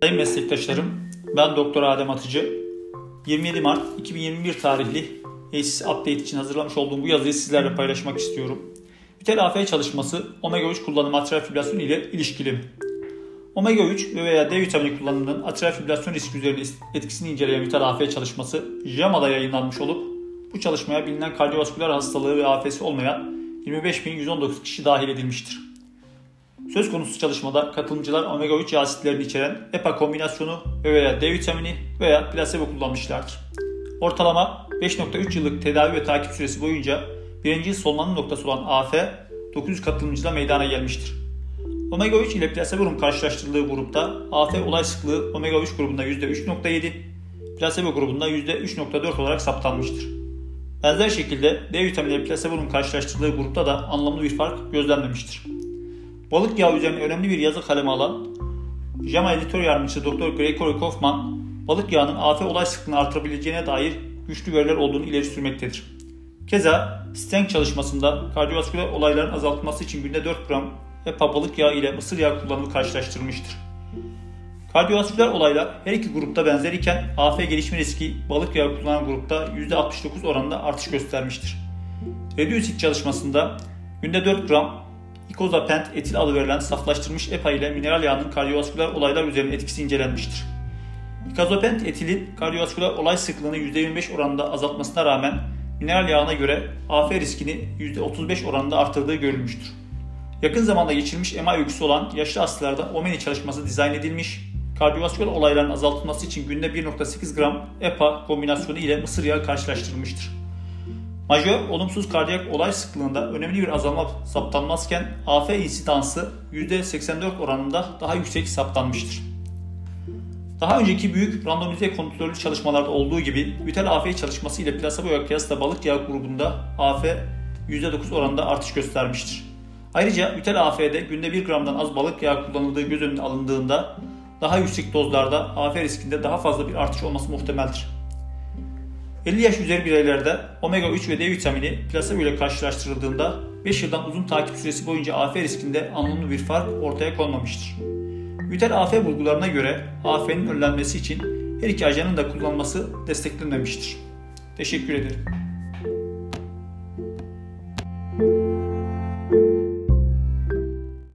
Sayın meslektaşlarım, ben Doktor Adem Atıcı. 27 Mart 2021 tarihli ACES Update için hazırlamış olduğum bu yazıyı sizlerle paylaşmak istiyorum. Vital AF çalışması omega 3 kullanımı atrial fibrilasyon ile ilişkili mi? Omega 3 veya D vitamini kullanımının atrial fibrilasyon riski üzerinde etkisini inceleyen Vital AF çalışması JAMA'da yayınlanmış olup bu çalışmaya bilinen kardiyovasküler hastalığı ve AF'si olmayan 25.119 kişi dahil edilmiştir. Söz konusu çalışmada katılımcılar omega 3 yağ asitlerini içeren EPA kombinasyonu veya D vitamini veya plasebo kullanmışlardır. Ortalama 5.3 yıllık tedavi ve takip süresi boyunca birinci yıl sonlanım noktası olan AF 900 katılımcıyla meydana gelmiştir. Omega 3 ile plasebo'nun karşılaştırıldığı grupta AF olay sıklığı omega 3 grubunda %3.7, plasebo grubunda %3.4 olarak saptanmıştır. Benzer şekilde D vitamini ile plasebo'nun karşılaştırıldığı grupta da anlamlı bir fark gözlenmemiştir. Balık yağı üzerine önemli bir yazı kaleme alan JAMA editör yardımcısı Dr. Gregory Kaufman, balık yağının AF olay sıklığını artırabileceğine dair güçlü veriler olduğunu ileri sürmektedir. Keza STENG çalışmasında kardiyovasküler olayların azaltılması için günde 4 gram EPA balık yağı ile mısır yağı kullanımı karşılaştırılmıştır. Kardiyovasküler olaylar her iki grupta benzer iken AF gelişme riski balık yağı kullanan grupta %69 oranında artış göstermiştir. REDUCE-IT çalışmasında günde 4 gram ikozapent etil adı verilen saflaştırılmış EPA ile mineral yağının kardiyovasküler olaylar üzerine etkisi incelenmiştir. İkozapent etilin kardiyovasküler olay sıklığını %25 oranında azaltmasına rağmen mineral yağına göre AF riskini %35 oranında artırdığı görülmüştür. Yakın zamanda geçirilmiş MI öyküsü olan yaşlı hastalarda OMENI çalışması dizayn edilmiş, kardiyovasküler olayların azaltılması için günde 1.8 gram EPA kombinasyonu ile mısır yağı karşılaştırılmıştır. Majör olumsuz kardiyak olay sıklığında önemli bir azalma saptanmazken AF insidansı %84 oranında daha yüksek saptanmıştır. Daha önceki büyük randomize kontrollü çalışmalarda olduğu gibi Vital AF çalışması ile plaseboya kıyasla balık yağı grubunda AF %9 oranında artış göstermiştir. Ayrıca Vital AF'de günde 1 gramdan az balık yağı kullanıldığı göz önüne alındığında daha yüksek dozlarda AF riskinde daha fazla bir artış olması muhtemeldir. 50 yaş üzeri bireylerde omega 3 ve D vitamini plasebo ile karşılaştırıldığında 5 yıldan uzun takip süresi boyunca AF riskinde anlamlı bir fark ortaya konmamıştır. Vital AF bulgularına göre AF'nin önlenmesi için her iki ajanın da kullanılması desteklenmemiştir. Teşekkür ederim.